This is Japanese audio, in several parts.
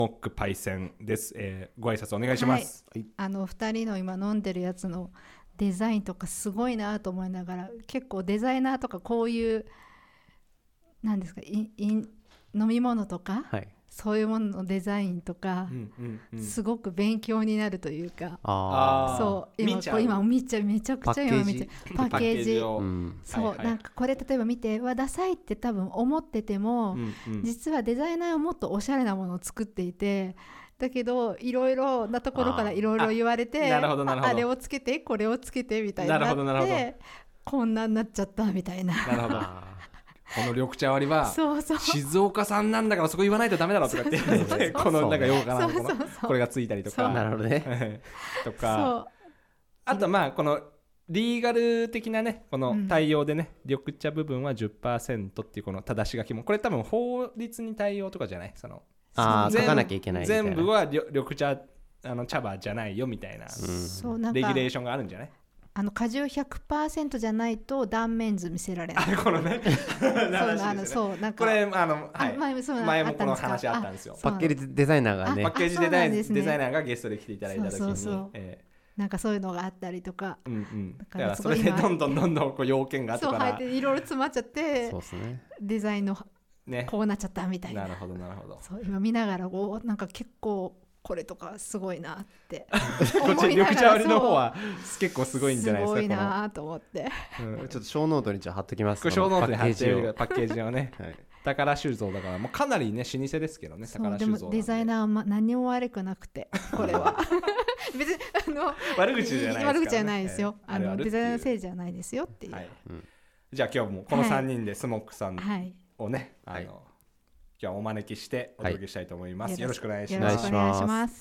モックパイセンです、ご挨拶お願いします。 はい、2人の今飲んでるやつのデザインとかすごいなと思いながら、結構デザイナーとかこういうなんですか飲み物とか、はい、そういうもののデザインとか、すごく勉強になるというか、そう今見ちゃう、めちゃくちゃ今見ちゃうパッケージ、そう、はいはい、なんかこれ例えば見てダサいって多分思ってても、実はデザイナーはもっとおしゃれなものを作っていて、だけどいろいろなところからいろいろ言われて、あれをつけてこれをつけてみたいになってこんなになっちゃったみたいな。 なるほどこの緑茶割りは静岡産なんだからそこ言わないとダメだろとかって言ってこのなんかようかなこれがついたりとか、 なるほどねとか、あとまあこのリーガル的なねこの対応でね、緑茶部分は 10% っていうこの正し書きもこれ多分法律に対応とかじゃない、その書かなきゃいけないみたいな、 全部は緑茶茶葉じゃないよみたいなレギュレーションがあるんじゃない？ 果汁 100% じゃないと断面図見せられない。 このねそうなんかこれ前もこの話あったんですよ。 パッケージデザイナーがね、 パッケージデザイナーがゲストで来ていただいた時になんかそういうのがあったりとか、 だからそれでどんどんこう要件があったからいろいろ詰まっちゃって、デザインのこうなっちゃったみたいな。 なるほどなるほど。 そう今見ながらなんか結構これとかすごいなってこっち緑茶割りの方は結構すごいんじゃないですか。 すごいなと思って、 ちょっと小ノートに貼っときます。 これ小ノートに貼ってるパッケージをね、はい、宝酒造だからもうかなりね老舗ですけどね。宝酒造でもデザイナーは何も悪くなくてこれは別に悪口じゃないですからね。 悪口じゃないですよ、デザイナーのせいじゃないですよっていう、はい、 じゃあ今日もこの3人でスモックさんをね、はい、今日はお招きしてお届けしたいと思います、はい、よろしくお願いします。 よろしくお願いします。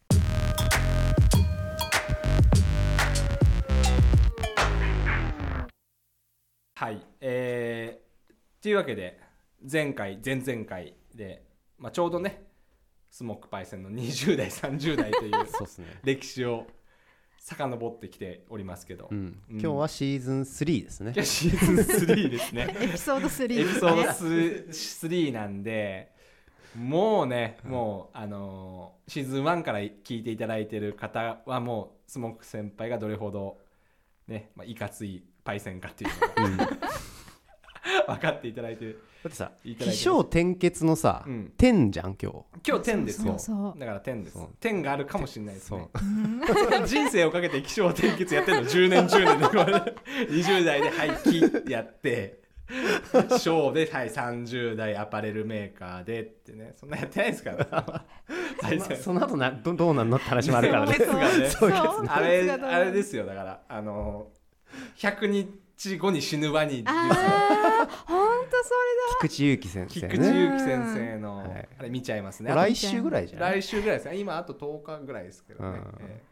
はい、というわけで前々回で、ちょうどねスモックパイセンの20代30代という歴史を遡ってきておりますけど、 今日はシーズン3ですね。 今日シーズン3ですねエピソード3、 エピソード3なんで、もうね、もうシーズン1から聞いていただいている方はもうスモック先輩がどれほどね、いかついパイセンかっていうのが分かっていただいてる。 だってさ、起承転結のさ、天じゃん今日天ですよ。だから天です。天があるかもしれないですね。人生をかけて起承転結やってるの10年で20代でキやって小で30代アパレルメーカーでってね、そんなやってないですからその後どうなんのって話もあるからね。 あれですよ。だから100日後に死ぬワニ。 本当それだ。 菊池祐希先生ね。 菊池祐希先生のあれ見ちゃいますね。 来週ぐらいじゃない？ 来週ぐらいですね。今あと10日ぐらいですけどね。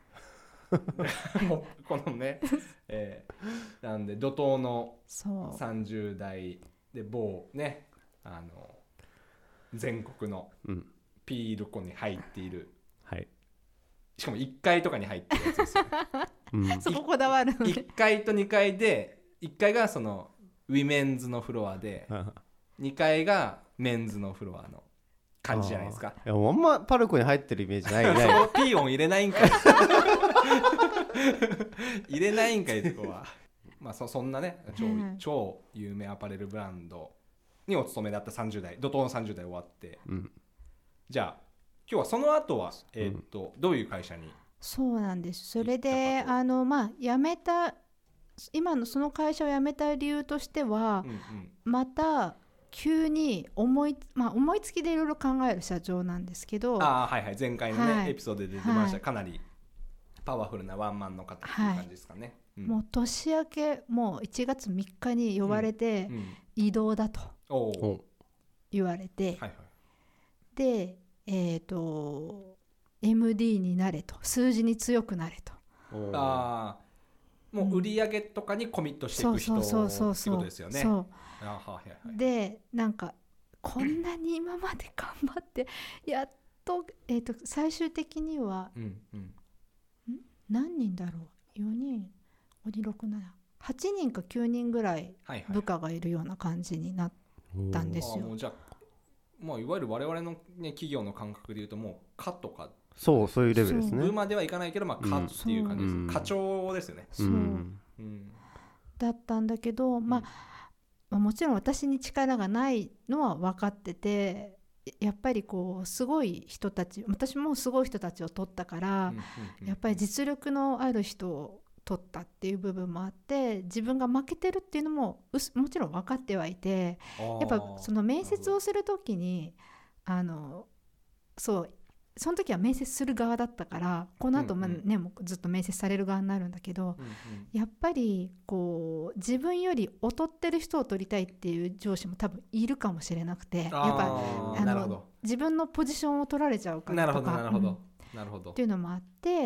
もうこのね、なんで怒涛の30代で某ね全国のピール湖に入っている、しかも1階とかに入ってるやつですよ。 そここだわるのね。 1階と2階で、1階がそのウィメンズのフロアで2階がメンズのフロアの感じじゃないですか。 いやあんまパルコに入ってるイメージないよね。 そうピー音入れないんかい入れないんかいそこは。そんなね超有名アパレルブランドにお勤めだった30代怒涛の30代終わって、じゃあ今日はその後はどういう会社に？ そうなんです。それで辞めた今のその会社を辞めた理由としては、また急に思いつきでいろいろ考える社長なんですけど、 前回のね、エピソードで出てました、かなりパワフルなワンマンの方っていう感じですかね。 もう年明けもう1月3日に呼ばれて、異動だと言われて、でMD になれと、数字に強くなれと。 もう売り上げとかにコミットしていく人ってことですよね。 でなんかこんなに今まで頑張ってやっと、最終的には、何人だろう、4人5人6 7 8人か9人ぐらい部下がいるような感じになったんですよ。 じゃあまあ、いわゆる我々の、ね、企業の感覚でいうともう課とかそういうレベルですね。 部まではいかないけど、まあ、課っていう感じです、課長ですよね。 そう、だったんだけど、まあ、もちろん私に力がないのは分かってて、やっぱりこうすごい人たち、私もすごい人たちを取ったから、やっぱり実力のある人を取ったっていう部分もあって、自分が負けてるっていうのももちろん分かってはいて、やっぱその面接をする時にその時は面接する側だったから、この後もね、もうずっと面接される側になるんだけど、やっぱりこう自分より劣ってる人を取りたいっていう上司も多分いるかもしれなくて、やっぱ自分のポジションを取られちゃうからとかっていうのもあって、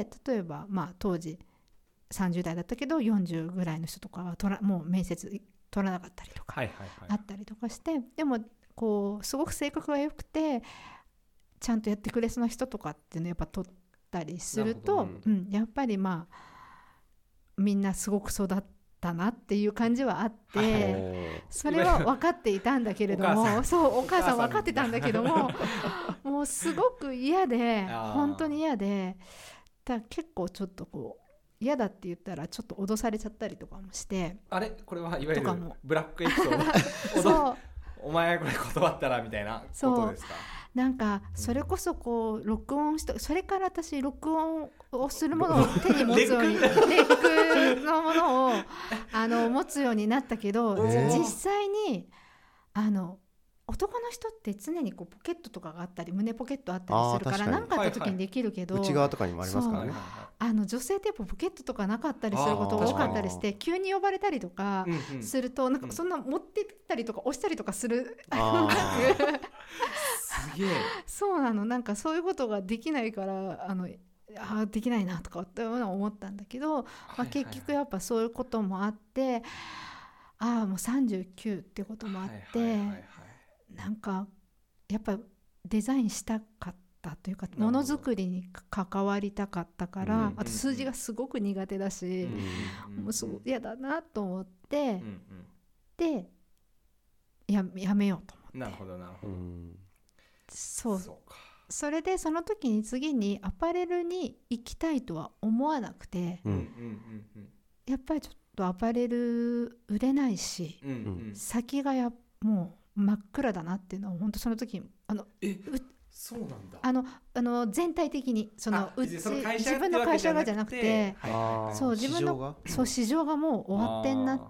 例えば、まあ、当時30代だったけど40ぐらいの人とかはもう面接取らなかったりとかあったりとかして、でもこうすごく性格が良くてちゃんとやってくれそうな人とかっていうのをやっぱ取ったりすると、やっぱりまあみんなすごく育ったなっていう感じはあって、それは分かっていたんだけれどもそうお母さん分かってたんだけどももうすごく嫌で、本当に嫌で、結構ちょっとこう嫌だって言ったらちょっと脅されちゃったりとかもして、 あれこれはいわゆるブラックエピソードそうお前これ断ったらみたいなことですか。 なんかそれこそこう録音して、それから私録音をするものを手に持つようにレックのものを持つようになったけど、実際に男の人って常にこうポケットとかがあったり胸ポケットあったりするから何かあった時にできるけど、 内側とかにもありますからね。 女性ってやっぱポケットとかなかったりすることが多かったりして、急に呼ばれたりとかすると、なんかそんな持ってったりとか押したりとかするすげえそうなの、なんかそういうことができないからできないなとかって思ったんだけど、結局やっぱそういうこともあって、もう39ってこともあって、なんかやっぱデザインしたかったというか、ものづくりに関わりたかったから、あと数字がすごく苦手だし、もうすごい嫌だなと思って、でやめようと思って。 なるほどなるほど。 それでその時に次にアパレルに行きたいとは思わなくて、やっぱりちょっとアパレル売れないし、先がもう真っ暗だなっていうのを本当その時そうなんだ。 全体的に自分の会社がじゃなくて、そう自分の市場がもう終わってんなって。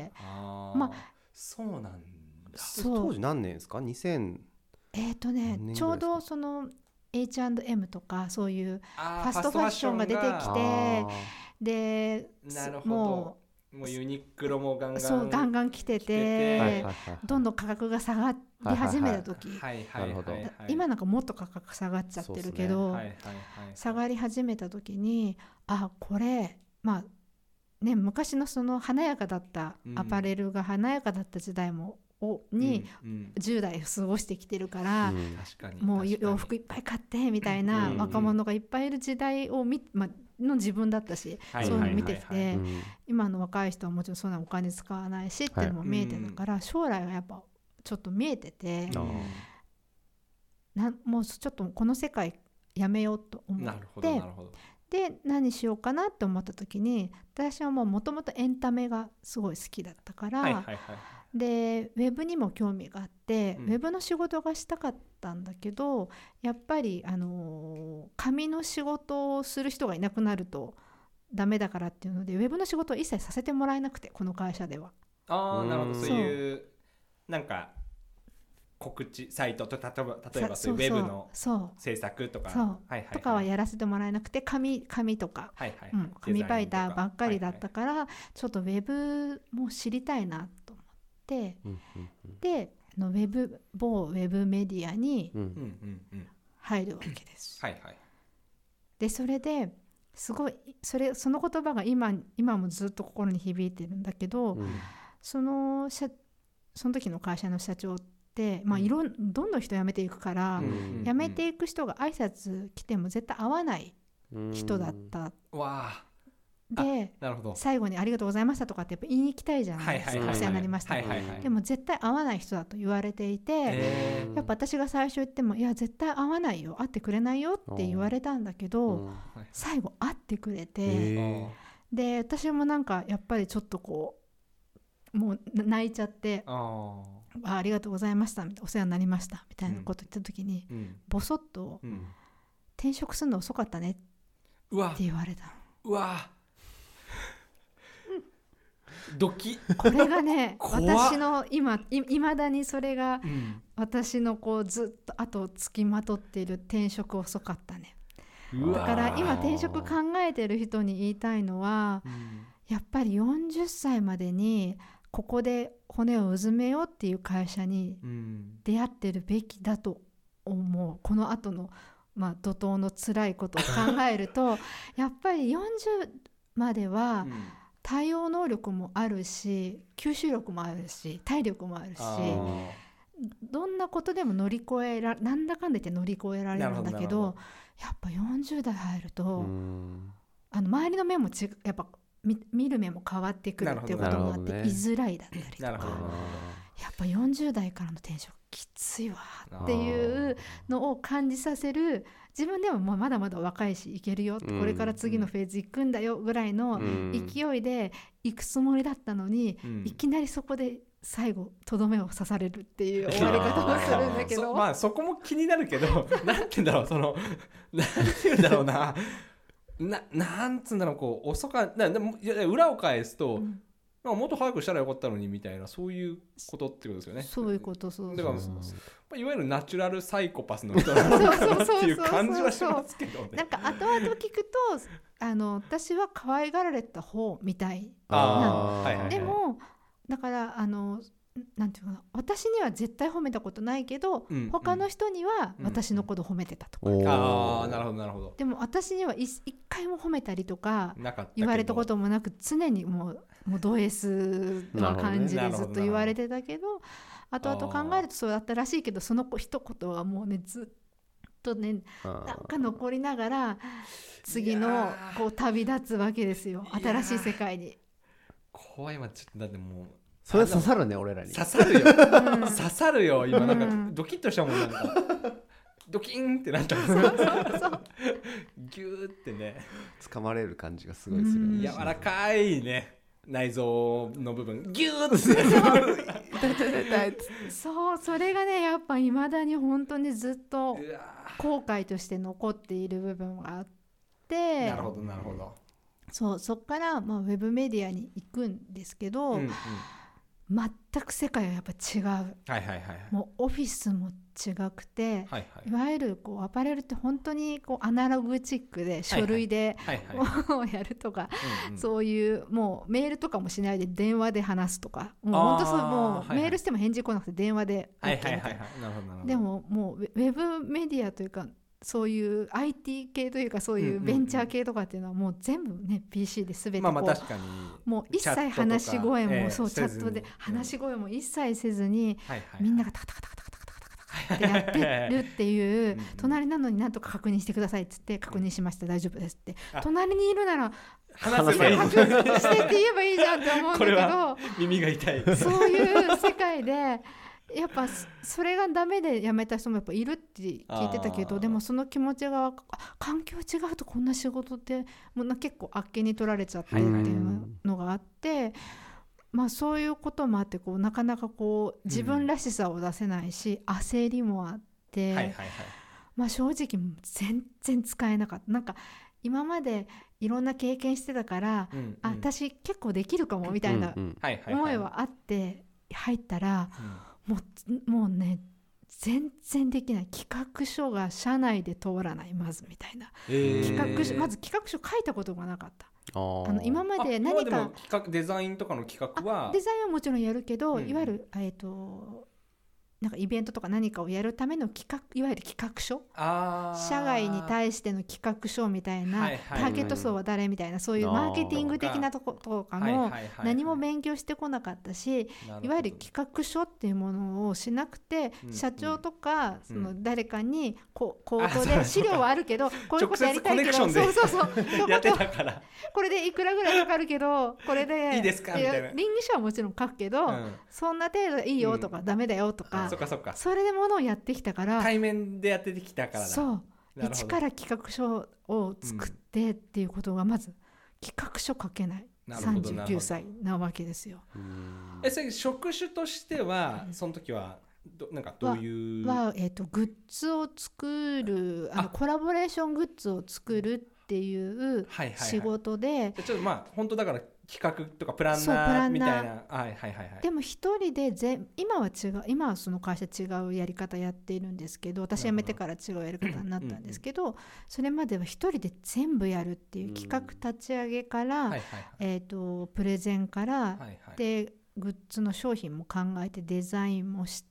そうなんだ。 当時何年ですか？2000 ちょうどその H&M とかそういうファストファッションが出てきて、でもうユニクロもガンガン来てて、どんどん価格が下がり始めた時、今なんかもっと価格下がっちゃってるけど、下がり始めた時にこれまあね、昔のその華やかだったアパレルが華やかだった時代もに10代を過ごしてきてるから、もう洋服いっぱい買ってみたいな若者がいっぱいいる時代をの自分だったし、そういうのを見てきて、今の若い人はもちろんそんなお金使わないしっていうのも見えてたから、将来はやっぱちょっと見えてて、もうちょっとこの世界やめようと思って、で何しようかなって思った時に、私はもともとエンタメがすごい好きだったから、でウェブにも興味があって、ウェブの仕事がしたかったんだけど、やっぱり紙の仕事をする人がいなくなるとダメだからっていうので、ウェブの仕事を一切させてもらえなくて、この会社では。 なるほど。そういうなんか告知サイトと例えばそういうウェブの制作とかとかはやらせてもらえなくて、紙とか紙媒体ばっかりだったから、ちょっとウェブも知りたいなと思って、で某ウェブメディアに入るわけです。でそれですごいその言葉が今もずっと心に響いてるんだけど、その時の会社の社長って、どんどん人辞めていくから、辞めていく人が挨拶来ても絶対会わない人だったで最後にありがとうございましたとかってやっぱ言いに行きたいじゃないですか、お世話になりました、でも絶対会わない人だと言われていて、やっぱ私が最初言ってもいや絶対会わないよ、会ってくれないよって言われたんだけど、最後会ってくれて、で私もなんかやっぱりちょっとこうもう泣いちゃって、ありがとうございましたみたいな、お世話になりましたみたいなこと言った時に、ボソッと、転職するの遅かったねって言われた。 うわドキこれがね私のいまだにそれが私のこうずっと後をつきまとっている転職遅かったね。だから今転職考えてる人に言いたいのは、やっぱり40歳までにここで骨をうずめようっていう会社に出会ってるべきだと思う。この後の怒涛の辛いことを考えるとやっぱり40までは対応能力もあるし、吸収力もあるし、体力もあるし、どんなことでも乗り越えなんだかんだ言って乗り越えられるんだけど、やっぱ40代入ると周りの目もやっぱ見る目も変わってくるっていうこともあって、居づらいだったりとか、やっぱ40代からの転職きついわっていうのを感じさせる、自分でもまだまだ若いしいけるよ、これから次のフェーズ行くんだよぐらいの勢いで行くつもりだったのに、いきなりそこで最後とどめを刺されるっていう終わり方をするんだけどそこも気になるけどなんて言うんだろう、なんて言うんだろうなんつうんだろう、こう遅かった裏を返すと、もっと早くしたらよかったのにみたいな、そういうことってことですよね。 そういうこと。 だからいわゆるナチュラルサイコパスの人なのかなっていう感じはしますけどね。 なんか後々聞くと私は可愛がられた方みたいな。でもだからなんていうかな、私には絶対褒めたことないけど、他の人には私のこと褒めてたとか、 なるほどなるほど。 でも私には一回も褒めたりとか言われたこともなく、常にもうド S な感じでずっと言われてたけど、後々考えるとそうだったらしいけど、その一言はもうねずっとねなんか残りながら次のこう旅立つわけですよ、新しい世界に。 怖いわ、ちょっとだってもうそれ刺さるね、俺らに。 刺さるよ刺さるよ今、なんかドキッとしたもん、なんかドキンってなったそうギューってね、 掴まれる感じがすごいする。 柔らかいね、内臓の部分ギューってそれがねやっぱいまだに本当にずっと後悔として残っている部分があって。 なるほどなるほど。 そっからウェブメディアに行くんですけど、全く世界はやっぱ違う、もうオフィスも違くて、いわゆるこうアパレルって本当にこうアナログチックで書類でやるとか、そういうもうメールとかもしないで電話で話すとか、もう本当そう、もうメールしても返事来なくて電話で OK みたいな。でももうウェブメディアというかそういう IT 系というかそういうベンチャー系とかっていうのはもう全部ね PC で全てこう、 確かにもう一切話し声もそうチャットで話し声も一切せずに、みんながタカタカタカタカタカタカタってやってるっていう、隣なのになんとか確認してくださいっつって、確認しました大丈夫ですって、隣にいるなら話せばいいしてって言えばいいじゃんって思うんだけど、これは耳が痛いそういう世界でやっぱそれがダメで辞めた人もやっぱいるって聞いてたけど、でもその気持ちが環境違うとこんな仕事ってもう結構あっけに取られちゃってっていうのがあって、そういうこともあってこうなかなかこう自分らしさを出せないし、焦りもあって、正直全然使えなかった。なんか今までいろんな経験してたから、私結構できるかもみたいな思いはあって入ったら、もうね全然できない。企画書が社内で通らないまずみたいな、まず企画書書いたことがなかった。今まで何かデザインとかの企画はデザインはもちろんやるけど、いわゆるなんかイベントとか何かをやるためのいわゆる企画書、社外に対しての企画書みたいな、ターゲット層は誰みたいな、そういうマーケティング的なとことかも何も勉強してこなかったし、いわゆる企画書っていうものをしなくて、社長とかその誰かに口頭で資料はあるけど、こういうことやりたいけど、そうやってたから、 これでいくらぐらいかかるけどこれでいいですかみたいな、 倫理書はもちろん書くけど、そんな程度でいいよとか、ダメだよとか、それでものをやってきたから、 対面でやってきたからだ。 そう、一から企画書を作ってっていうことが、まず企画書書けない39歳なわけですよ。 それ職種としてはその時はなんかどういうグッズを作る、コラボレーショングッズを作るっていう仕事で、 ちょっとまあ本当だから企画とかプランナーみたいな、 でも一人で今は違う、今はその会社違うやり方やっているんですけど、私辞めてから違うやり方になったんですけど、それまでは一人で全部やるっていう企画立ち上げから、プレゼンから、でグッズの商品も考えてデザインもして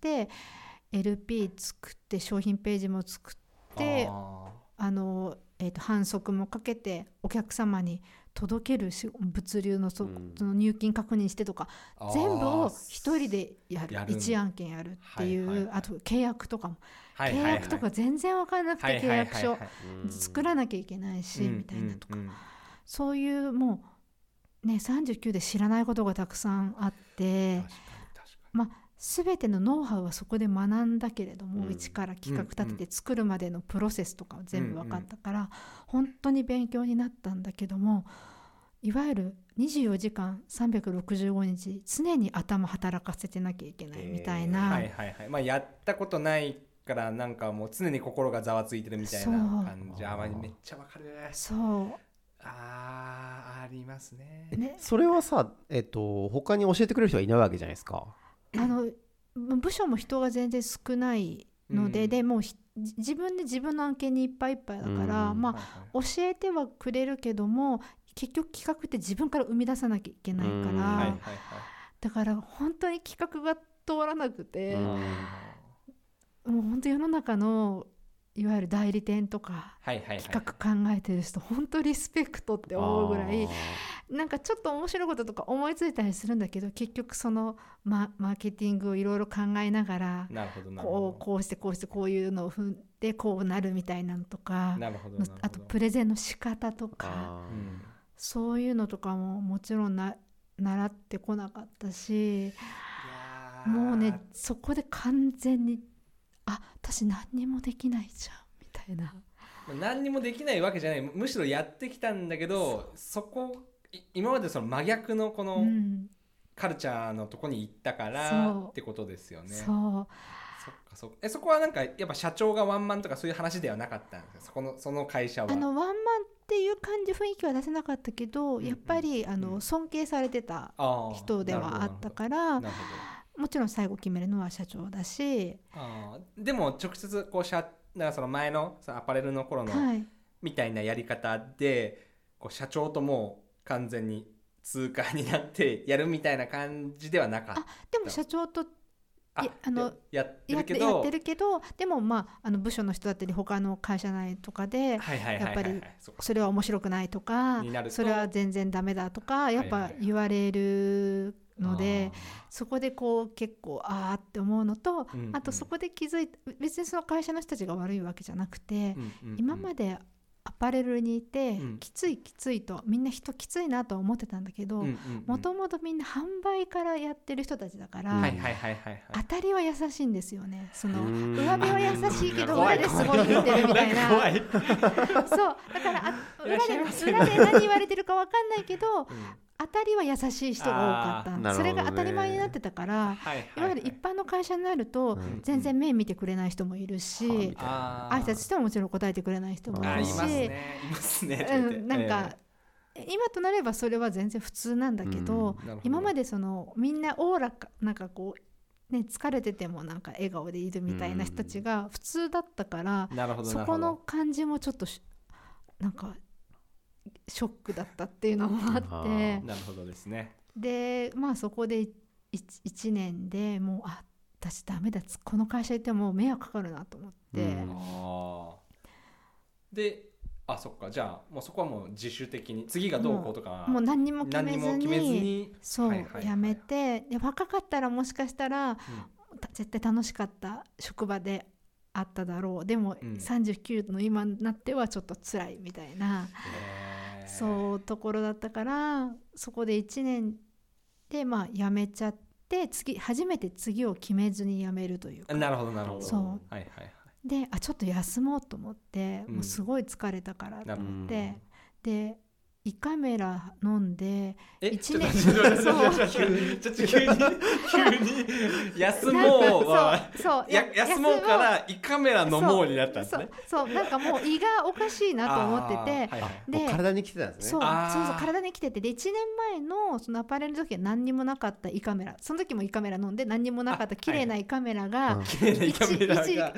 LP 作って商品ページも作って販促もかけてお客様に届ける物流のその入金確認してとか、全部を一人でやる一案件やるっていう、あと契約とかも、契約とか全然分からなくて、契約書作らなきゃいけないしみたいなとか、そういうもうね39で知らないことがたくさんあって、全てのノウハウはそこで学んだけれども、一から企画立てて作るまでのプロセスとか全部分かったから、本当に勉強になったんだけども、いわゆる24時間365日常に頭働かせてなきゃいけないみたいな、 やったことないからなんかもう常に心がざわついてるみたいな感じ。めっちゃわかる。 そうありますね。 それはさ、他に教えてくれる人はいないわけじゃないですか。 部署も人が全然少ないので、でもう自分で自分の案件にいっぱいいっぱいだから、教えてはくれるけども、結局企画って自分から生み出さなきゃいけないから、だから本当に企画が通らなくて、もう本当世の中のいわゆる代理店とか企画考えてる人、本当リスペクトって思うぐらい、なんかちょっと面白いこととか思いついたりするんだけど、結局そのマーケティングをいろいろ考えながら、こうしてこういうのを踏んでこうなるみたいなのとか、あとプレゼンの仕方とか、そういうのとかももちろん習ってこなかったし、もうねそこで完全に私何にもできないじゃんみたいな。 何にもできないわけじゃない、むしろやってきたんだけど、今までその真逆のこのカルチャーのとこに行ったからってことですよね。そこはなんかやっぱ社長がワンマンとかそういう話ではなかったんですか、その会社は。 ワンマンっていう感じ、雰囲気は出せなかったけど、やっぱり尊敬されてた人ではあったから、もちろん最後決めるのは社長だし、 でも直接こうだからその前のアパレルの頃のみたいなやり方で、こう社長ともう完全に通過になってやるみたいな感じではなかった。 でも社長とやってるけど、 でも部署の人だったり他の会社内とかでやっぱりそれは面白くないとか、それは全然ダメだとかやっぱ言われるので、そこでこう結構って思うのと、あとそこで気づいて、別にその会社の人たちが悪いわけじゃなくて、今までアパレルにいて、きついとみんな人きついなとは思ってたんだけど、もともとみんな販売からやってる人たちだから、当たりは優しいんですよね。その上辺は優しいけど裏ですごい言ってるみたいなそうだから裏で何言われてるか分かんないけど、当たりは優しい人が多かった、それが当たり前になってたから、いわゆる一般の会社になると全然目見てくれない人もいるし、挨拶してももちろん答えてくれない人もいるし、 いますねなんか今となればそれは全然普通なんだけど、今までそのみんなおおらかなんかこうね、疲れててもなんか笑顔でいるみたいな人たちが普通だったから、そこの感じもちょっとなんかショックだったっていうのもあって、 なるほどですね。 でそこで1年でもう私ダメだ、この会社行っても迷惑かかるなと思って、 でそっか、じゃあもうそこはもう自主的に次がどうこうとかもう何にも決めずにそう、やめて、で若かったらもしかしたら、絶対楽しかった職場であっただろう、でも、39の今になってはちょっと辛いみたいな、そうところだったから、そこで1年で辞めちゃって、初めて次を決めずに辞めるというか。 なるほどなるほど。 そう、でちょっと休もうと思って、もうすごい疲れたからと思って、で胃カメラ飲んで1年ちょっと急に休もうは休もうから胃カメラ飲もうになったんですね。 そうなんかもう胃がおかしいなと思ってて、 で体に来てたんですね。 そう体に来てて、で1年前のそのアパレルの時は何にもなかった胃カメラ、その時も胃カメラ飲んで何にもなかった綺麗な胃カメラが、胃が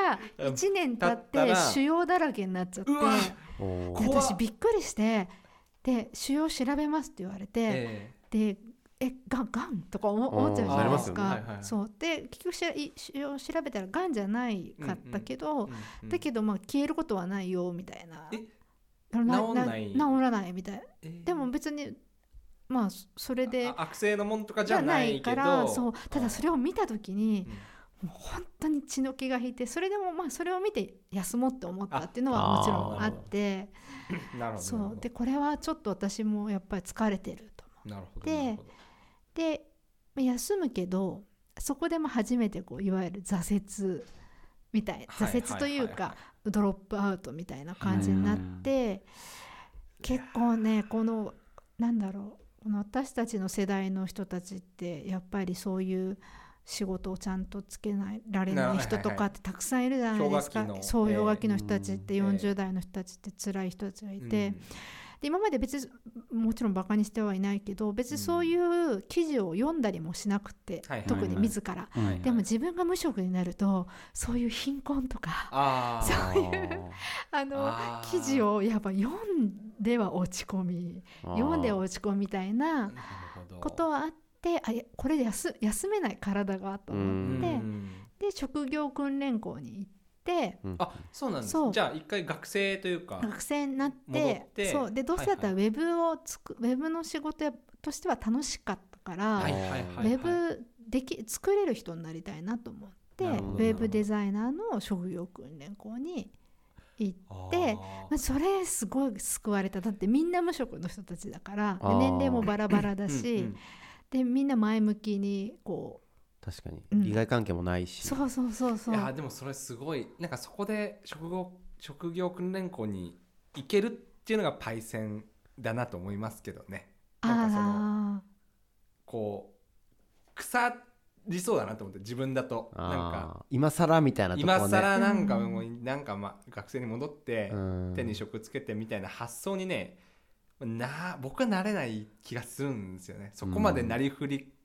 1年経って腫瘍だらけになっちゃって、私びっくりして、で腫瘍調べますって言われて、でがんとか思っちゃうじゃないですか。そうで結局腫瘍調べたらがんじゃないかったけど、だけど消えることはないよみたいな、治らないみたいな、でも別にそれで悪性のもんとかじゃないけど、 ただそれを見た時に、もう本当に血の気が引いて、それでもそれを見て休もうって思ったっていうのはもちろんあって、そうでこれはちょっと私もやっぱり疲れてると思ってで休むけど、そこでも初めていわゆる挫折みたいな、挫折というかドロップアウトみたいな感じになって、結構ねこの私たちの世代の人たちってやっぱりそういう仕事をちゃんとつけられない人とかってたくさんいるじゃないですか。そう氷河期の人たちって40代の人たちって辛い人たちがいて、で今まで別にもちろんバカにしてはいないけど、別にそういう記事を読んだりもしなくて、特に自ら、でも自分が無職になるとそういう貧困とかそういう記事をやっぱ読んでは落ち込みみたいなことはあって、これで休めない体がと思って、で職業訓練校に行って、 そうなんです。じゃあ一回学生というか学生になってそうで、どうせだったらウェブの仕事としては楽しかったから、ウェブ作れる人になりたいなと思って、ウェブデザイナーの職業訓練校に行って、それすごい救われた。だってみんな無職の人たちだから、年齢もバラバラだしでみんな前向きに確かに利害関係もないし、 そういやでもそれすごい、なんかそこで職業訓練校に行けるっていうのがパイセンだなと思いますけどね。なんか腐りそうだなと思って、自分だとなんか今更みたいなところね、 今更なんか学生に戻って手に職つけてみたいな発想にね、僕はなれない気がするんですよね。そこまでなりふり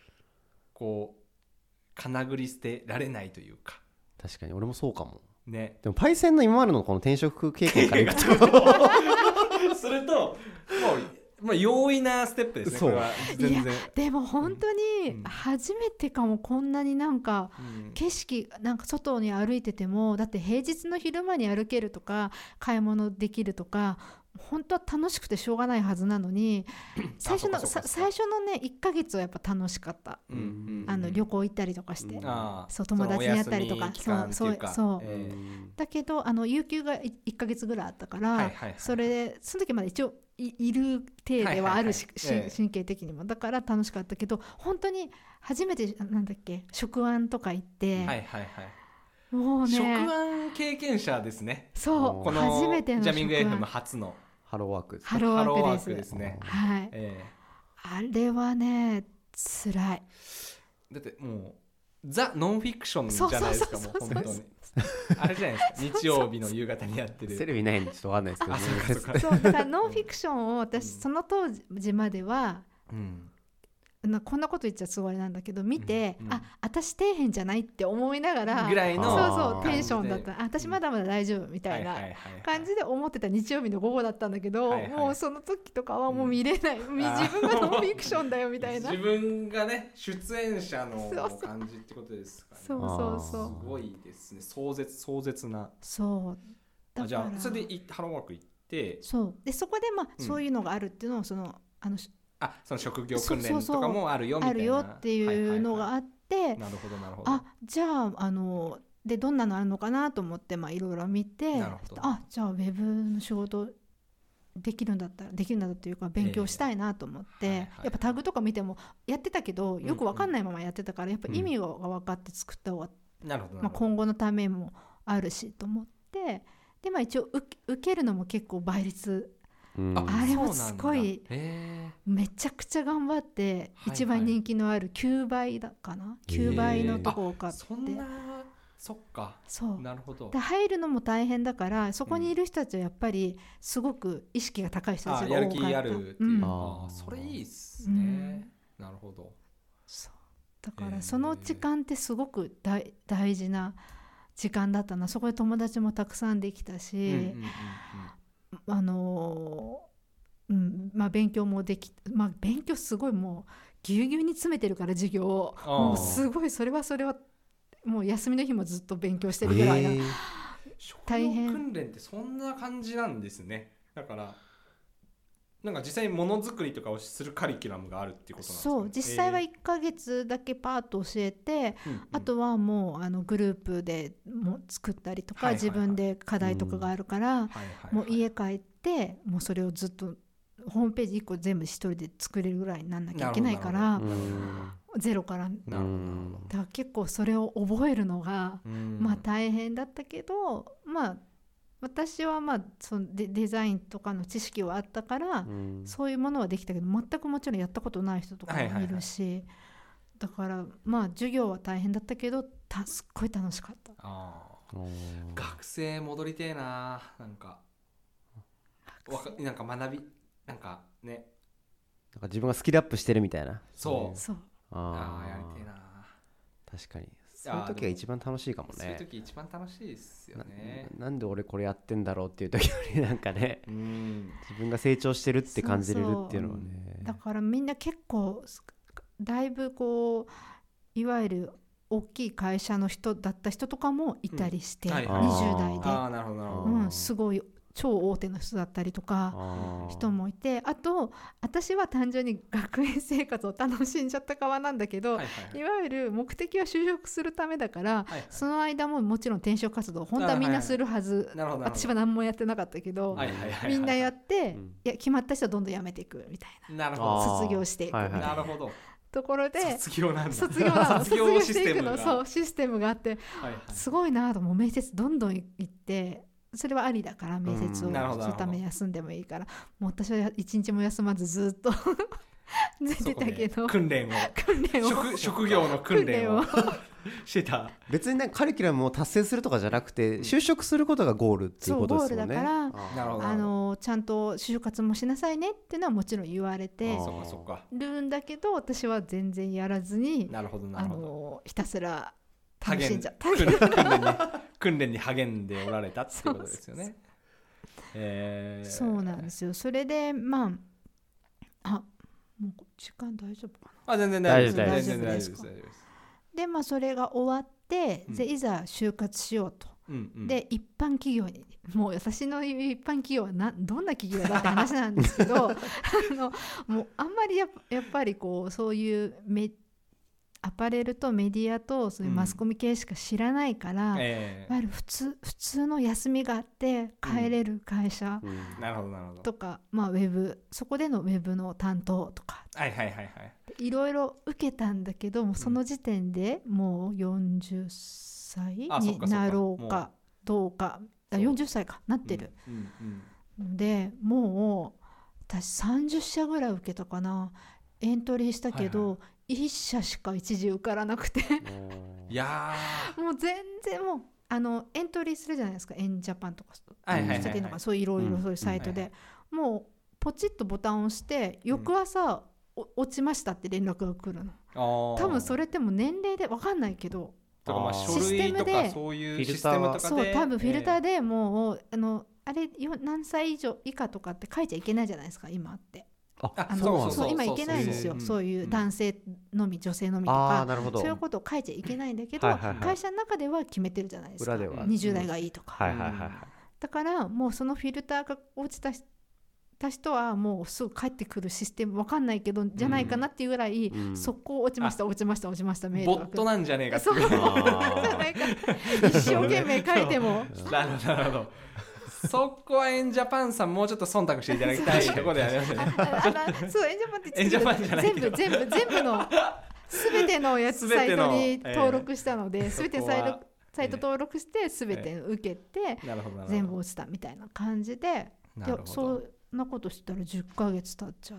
かなぐり捨てられないというか。 確かに俺もそうかもね。 でもパイセンの今までのこの転職経験からいくとするともう容易なステップですね。これは全然。 でも本当に初めてかも、こんなになんか景色なんか外に歩いてても、だって平日の昼間に歩けるとか買い物できるとか本当は楽しくてしょうがないはずなのに、最初のね1ヶ月はやっぱ楽しかった、旅行行ったりとかして、そう友達に会ったりとか、そうだけど有給が1ヶ月ぐらいあったから、その時まで一応いる体ではあるし、神経的にもだから楽しかったけど、本当に初めて職案とか行って、もうね、 職案経験者ですね。 そう、この初めてのジャミング FM 初のハローワークです。 ハローワークですね。 はい。あれはね辛い。 だってもうザ・ノンフィクションじゃないですか。もう本当にあれじゃないですか、日曜日の夕方にやってる。 テレビないんでちょっと分かんないですけど、 そうだからノンフィクションを私その当時までは、 こんなこと言っちゃすごいなんだけど見て、あ、私底辺じゃないって思いながらぐらいのそうテンションだった。私まだまだ大丈夫みたいな感じで思ってた日曜日の午後だったんだけど、もうその時とかはもう見れない、自分がノンフィクションだよみたいな、 自分がね出演者の感じってことですかね。 そうすごいですね。壮絶な。 そうだからじゃあそれでハローワーク行って、 そこでそういうのがあるっていうのをその職業訓練とかもあるよみたいな、 あるよっていうのがあって、 なるほど。 じゃあでどんなのあるのかなと思っていろいろ見て、じゃあウェブの仕事できるんだったらというか勉強したいなと思って、やっぱタグとか見てもやってたけどよく分かんないままやってたから、やっぱ意味が分かって作った方が、今後のためもあるしと思って、で一応受けるのも結構倍率、あれもすごいめちゃくちゃ頑張って、一番人気のある9倍だかな、9倍のとこを買って、 そっか、なるほど。 で入るのも大変だから、そこにいる人たちはやっぱりすごく意識が高い人たちが多かった。 やる気あるっていう、それいいっすね、なるほど。 そうだからその時間ってすごく大事な時間だったな。そこで友達もたくさんできたし、勉強もでき、勉強すごいもうぎゅうぎゅうに詰めてるから授業を、もうすごいそれはもう休みの日もずっと勉強してるぐらいな、 大変。職業訓練ってそんな感じなんですね。だからなんか実際にものづくりとかをするカリキュラムがあるっていうことなんですかね。 そう、実際は1ヶ月だけパーッと教えて、あとはもうグループでも作ったりとか、自分で課題とかがあるから、もう家帰ってもうそれをずっとホームページ1個全部一人で作れるぐらいになんなきゃいけないから、ゼロから。だから結構それを覚えるのが大変だったけど、私はそのデザインとかの知識はあったから、そういうものはできたけど、全くもちろんやったことない人とかもいるし、だから授業は大変だったけどすっごい楽しかった。 学生戻りてえな。なんか学びなんか自分がスキルアップしてるみたいな。 そうやりてえな。確かにそういう時が一番楽しいかもね。 そういう時一番楽しいですよね。 なんで俺これやってんだろうっていう時よりなんかね、自分が成長してるって感じれるっていうのはね。 だからみんな結構だいぶいわゆる大きい会社の人だった人とかもいたりして、20代で、すごい超大手の人だったりとか人もいて、あと私は単純に学園生活を楽しんじゃった側なんだけど、いわゆる目的は就職するためだから、その間ももちろん転職活動本当はみんなするはず、私は何もやってなかったけど、みんなやって、決まった人はどんどん辞めていくみたいな、卒業していくみたいなところで、卒業していくのシステムがあって、すごいなと。もう面接どんどん行って、それはありだから面接をするために休んでもいいから、もう私は一日も休まずずっと出てたけど、 訓練を職業の訓練をしてた。 別にカリキュラムを達成するとかじゃなくて、就職することがゴールっていうことですよね。 ゴールだからちゃんと就活もしなさいねっていうのはもちろん言われてるんだけど、私は全然やらずに、ひたすら楽しんじゃった訓練に励んでおられたってことですよね。 そうなんですよ。それでもう時間大丈夫かな。 全然大丈夫ですか。でそれが終わって、いざ就活しようと、で一般企業に、もう私の言う一般企業はどんな企業だって話なんですけどもうあんまりやっぱりそういうアパレルとメディアとそういうマスコミ系しか知らないから、普通の休みがあって帰れる会社とか、ウェブ、そこでのウェブの担当とか、いろいろ受けたんだけども、その時点でもう40歳になろうかどうか、40歳かなってるので、もう私30社ぐらい受けたかな。エントリーしたけど、1社しか一時受からなくていやもう全然もうエントリーするじゃないですか、エンジャパンとかそういろいろそういうサイトで、もうポチッとボタンを押して、翌朝落ちましたって連絡が来るの。多分それってもう年齢で分かんないけど、 とかまあ書類とかそういうシステムとかで、 そう多分フィルターでもう、あれ何歳以上以下とかって書いちゃいけないじゃないですか今って。そう今いけないんですよ、そういう男性のみ女性のみとか、そういうことを書いちゃいけないんだけど、会社の中では決めてるじゃないですか、20代がいいとか、だからもうそのフィルターが落ちた人はもうすぐ帰ってくるシステムわかんないけどじゃないかなっていうぐらい、速攻落ちましたメールがボットなんじゃねえかっていうじゃないか一生懸命書いてもなるほどそこはエンジャパンさんもうちょっと忖度していただきたいところでありますねそうエンジャパンって全部の全てのやつサイトに登録したので、全てサイト登録して全て受けて全部落ちたみたいな感じで、そんなことしたら10ヶ月経っちゃって、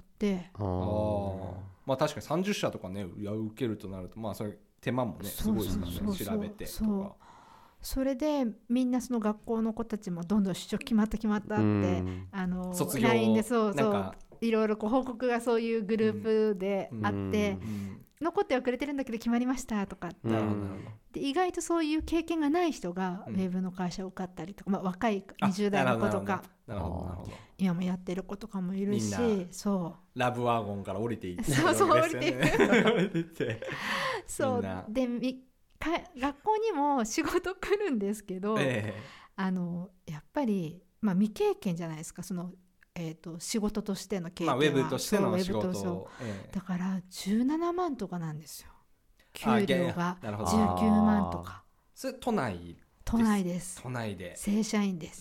まあ確かに30社とかね受けるとなるとまあそれ手間もねすごいですからね、調べてとか。 それでみんなその学校の子たちもどんどん出張決まったって卒業 LINE でいろいろ報告がそういうグループであって、残ってはくれてるんだけど決まりましたとかって、で意外とそういう経験がない人がウェブの会社を受かったりとか、若い20代の子とか今もやってる子とかもいるし、そうラブワゴンから降りていって降りていってそうで学校にも仕事来るんですけど、やっぱり、未経験じゃないですか、その、仕事としての経験は、 ウェブとしての仕事、 だから17万とかなんですよ、給料が19万とか。 それ都内です。 都内で正社員です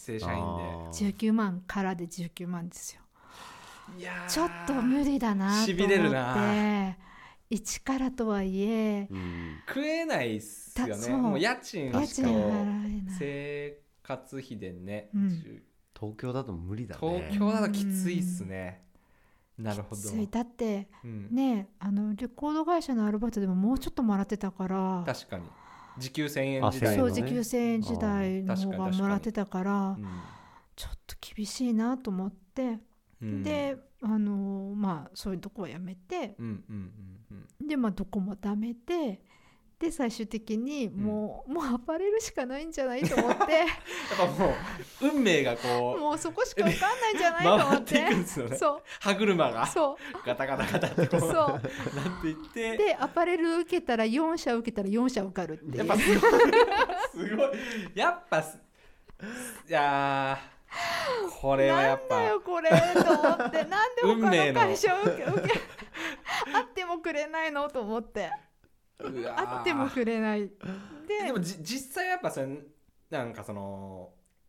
。19万からで19万ですよ。いやちょっと無理だなと思って、しびれるな。一からとはいえ、 食えないっすよね。もう家賃と生活費でね、 東京だと無理だね。 東京だときついっすね。なるほど。きつい。 だってね、レコード会社のアルバイトでももうちょっともらってたから。 確かに時給1000円時代のね。 そう時給1000円時代の方がもらってたから、ちょっと厳しいなと思って、でそういうとこはやめて、でどこもダメで、で最終的にもうアパレルしかないんじゃないと思ってやっぱもう運命がもうそこしか分かんないんじゃないと思って回っていくんですよね。歯車がガタガタガタってこうなっていって、 でアパレル受けたら4社受けたら4社受かるっていう。 やっぱすごいやっぱいやこれはやっぱなんだよこれと思って、なんで他の会社受けあってもくれないのと思って、あってもくれないでも実際やっぱなんかその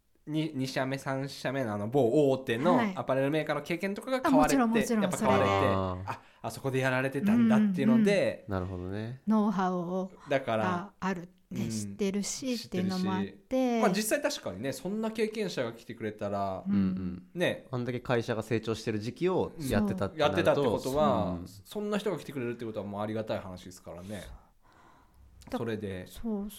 2社目3社目の某大手のアパレルメーカーの経験とかが買われて、やっぱ買われて、あそこでやられてたんだっていうので、 なるほどね、 ノウハウがある知ってるしっていうのもあって、 実際確かにね、そんな経験者が来てくれたら、ね、 あんだけ会社が成長してる時期をやってたってことは、そんな人が来てくれるってことはもうありがたい話ですからね。それで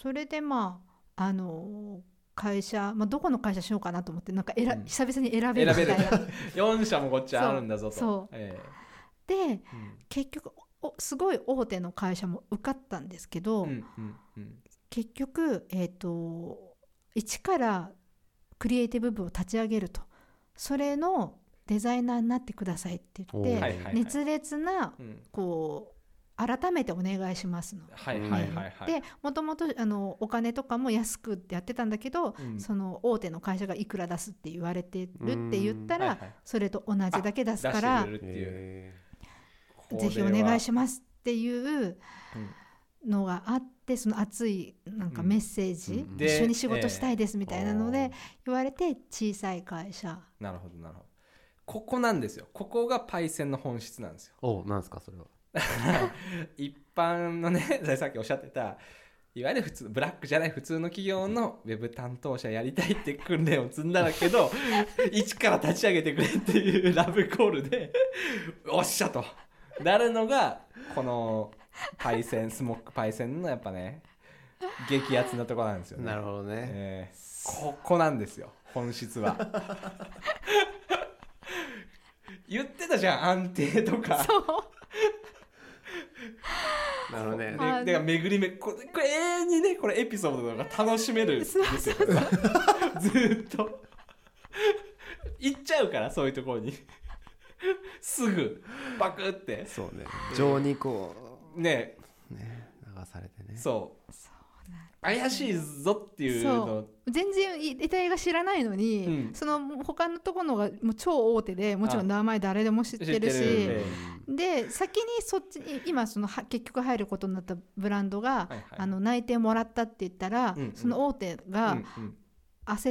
会社、どこの会社しようかなと思って、なんか久々に選べるみたいな 4社もこっちあるんだぞと。 で、結局すごい大手の会社も受かったんですけど、結局、一からクリエイティブ部を立ち上げると、それのデザイナーになってくださいって言って、熱烈なこう改めてお願いしますの。でもともとお金とかも安くってやってたんだけど、その大手の会社がいくら出すって言われてるって言ったら、それと同じだけ出すからぜひお願いしますっていうのがあって、その熱いなんかメッセージ、一緒に仕事したいですみたいなので言われて、小さい会社。 なるほどなるほど。ここなんですよ。ここがパイセンの本質なんですよ。 なんですかそれは。 一般のね、さっきおっしゃってたいわゆる普通ブラックじゃない普通の企業のウェブ担当者やりたいって訓練を積んだんだけど一から立ち上げてくれっていうラブコールでおっしゃとなるのがこのパイセンスモックパイセンのやっぱね激アツなところなんですよね。 なるほどね、 ここなんですよ本質は言ってたじゃん安定とかだから巡りこれ永遠にねこれエピソードが楽しめるんですよずーっと行っちゃうからそういうところにすぐバクってそうね情にこうね流されてねそう怪しいぞっていうの全然得体が知らないのに、その他のところがもう超大手でもちろん名前誰でも知ってるし、で先にそっちに今その結局入ることになったブランドが、内定もらったって言ったら、その大手が焦って、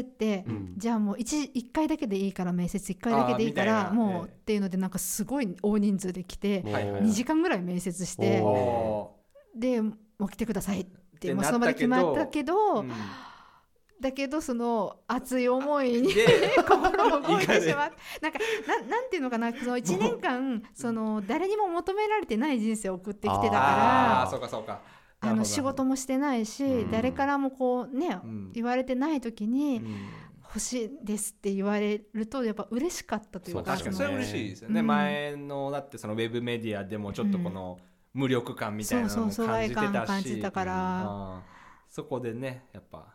じゃあもう 1回だけでいいから面接1回だけでいいからもうっていうのでなんかすごい大人数で来て、2時間ぐらい面接してでもう来てくださいってもうその場で決まったけど、だけどその熱い思いに心を動いてしまってなんていうのかなその1年間その誰にも求められてない人生を送ってきてたから仕事もしてないし、誰からもこうね、言われてない時に、欲しいですって言われるとやっぱ嬉しかったというか、 確かにそれは嬉しいですよね、前のだってそのウェブメディアでもちょっとこの、無力感みたいなのも感じてたし、 感じたから、 そこでねやっぱ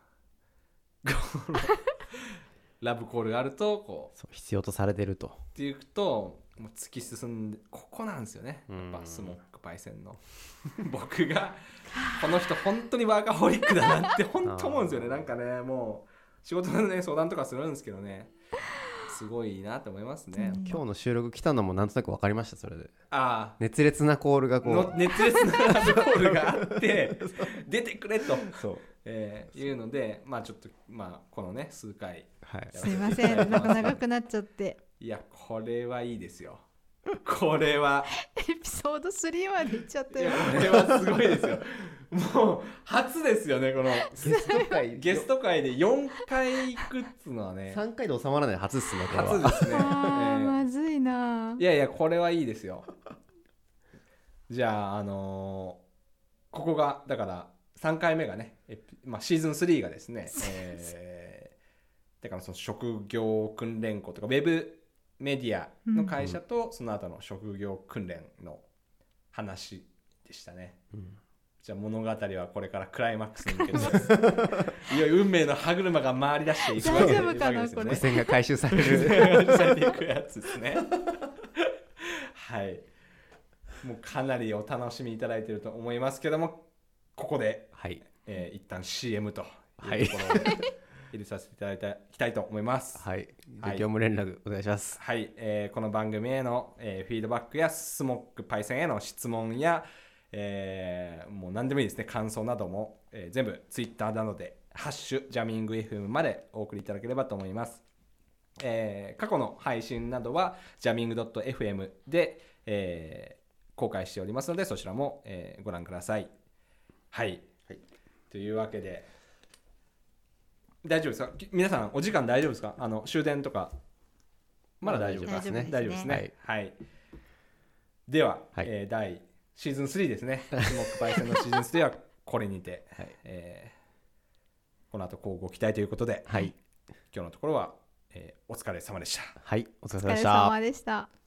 ラブコールがあるとこうそう必要とされてるとっていうともう突き進んでここなんですよね、やっぱスモックパイセンの僕がこの人本当にワーカホリックだなって本当思うんですよね。なんかねもう仕事のね相談とかするんですけどねすごいなと思いますね、 今日の収録来たのもなんとなく分かりました。それで熱烈なコールが熱烈なコールがあって出てくれというのでちょっとこのね数回、 すいませんなんか長くなっちゃって、 いやこれはいいですよこれはエピソード3までいっちゃったよ。 これはすごいですよもう初ですよねこのゲスト会で4回行くっつうのはね 3回で収まらない初っすね。 初ですねまずいな。 いやこれはいいですよ。じゃあここがだから3回目がね、シーズン3がですね、だからその職業訓練校とかウェブメディアの会社とその後の職業訓練の話でしたね、じゃあ物語はこれからクライマックスに向けていよいよ運命の歯車が回り出していくわけですよね。 大丈夫かなこれ。 伏線が回収されていくやつですねはいもうかなりお楽しみいただいていると思いますけども、ここで、一旦 CM というところで入れさせていただきたいと思います。 業務連絡お願いします。 この番組への、フィードバックやスモックパイセンへの質問や、もう何でもいいですね、感想なども、全部ツイッターなどでハッシュジャミング FM までお送りいただければと思います。過去の配信などはジャミング .fm で、公開しておりますのでそちらも、ご覧ください。というわけで大丈夫ですか皆さん、お時間大丈夫ですか？終電とかまだ大丈夫ですね。大丈夫ですね。では、シーズン3ですねスモックパイセンのシーズン3はこれにて、この後交互期待ということで、今日のところは、お疲れ様でした。 お疲れ様でした。 お疲れ様でした。